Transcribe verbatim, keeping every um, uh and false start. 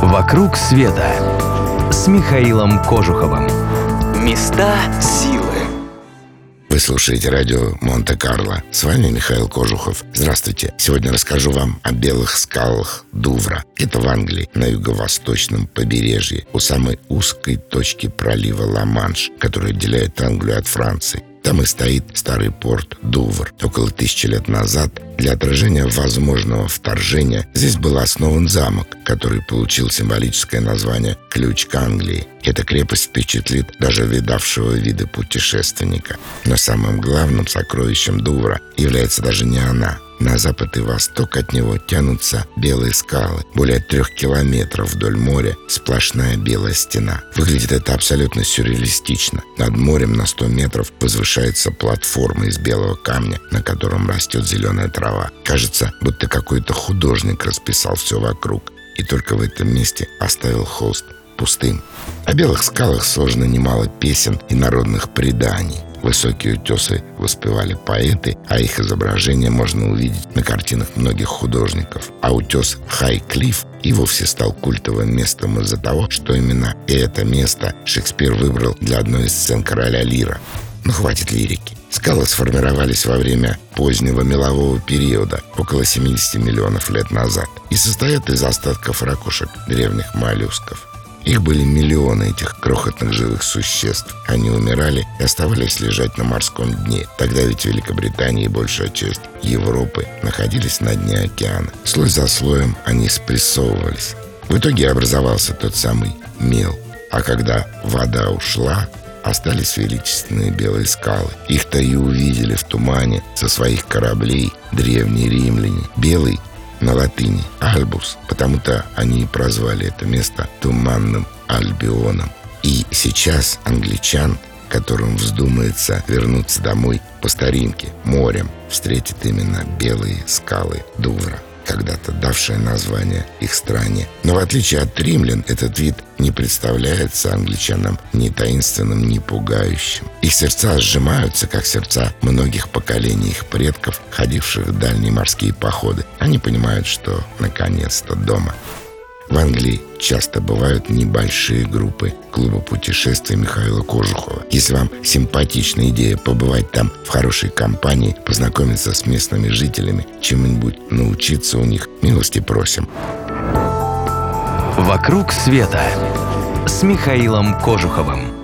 «Вокруг света» с Михаилом Кожуховым. Места силы. Вы слушаете радио Монте-Карло. С вами Михаил Кожухов. Здравствуйте. Сегодня расскажу вам о белых скалах Дувра. Это в Англии, на юго-восточном побережье, у самой узкой точки пролива Ла-Манш, который отделяет Англию от Франции. Там и стоит старый порт Дувр. Около тысячи лет назад для отражения возможного вторжения здесь был основан замок, который получил символическое название «Ключ к Англии». Эта крепость впечатлит даже видавшего виды путешественника. Но самым главным сокровищем Дувра является даже не она. На запад и восток от него тянутся белые скалы. Более трех километров вдоль моря сплошная белая стена. Выглядит это абсолютно сюрреалистично. Над морем на сто метров возвышается платформа из белого камня, на котором растет зеленая трава. Кажется, будто какой-то художник расписал все вокруг, и только в этом месте оставил холст пустым. О белых скалах сложено немало песен и народных преданий. Высокие утесы воспевали поэты, а их изображения можно увидеть на картинах многих художников. А утес Хай-Клифф и вовсе стал культовым местом из-за того, что именно это место Шекспир выбрал для одной из сцен «Короля Лира». Но хватит лирики. Скалы сформировались во время позднего мелового периода, около семьдесят миллионов лет назад, и состоят из остатков ракушек древних моллюсков. Их были миллионы, этих крохотных живых существ. Они умирали и оставались лежать на морском дне. Тогда ведь Великобритания и большая часть Европы находились на дне океана. Слой за слоем они спрессовывались. В итоге образовался тот самый мел. А когда вода ушла, остались величественные белые скалы. Их-то и увидели в тумане со своих кораблей древние римляне. Белый на латыни «Альбус», потому-то они и прозвали это место Туманным Альбионом. И сейчас англичан, которым вздумается вернуться домой по старинке, морем, встретят именно белые скалы Дувра, когда-то давшие название их стране. Но в отличие от римлян, этот вид не представляется англичанам ни таинственным, ни пугающим. Их сердца сжимаются, как сердца многих поколений их предков, ходивших в дальние морские походы. Они понимают, что наконец-то дома. В Англии часто бывают небольшие группы клуба путешествий Михаила Кожухова. Если вам симпатична идея побывать там в хорошей компании, познакомиться с местными жителями, чему-нибудь научиться у них, милости просим. «Вокруг света» с Михаилом Кожуховым.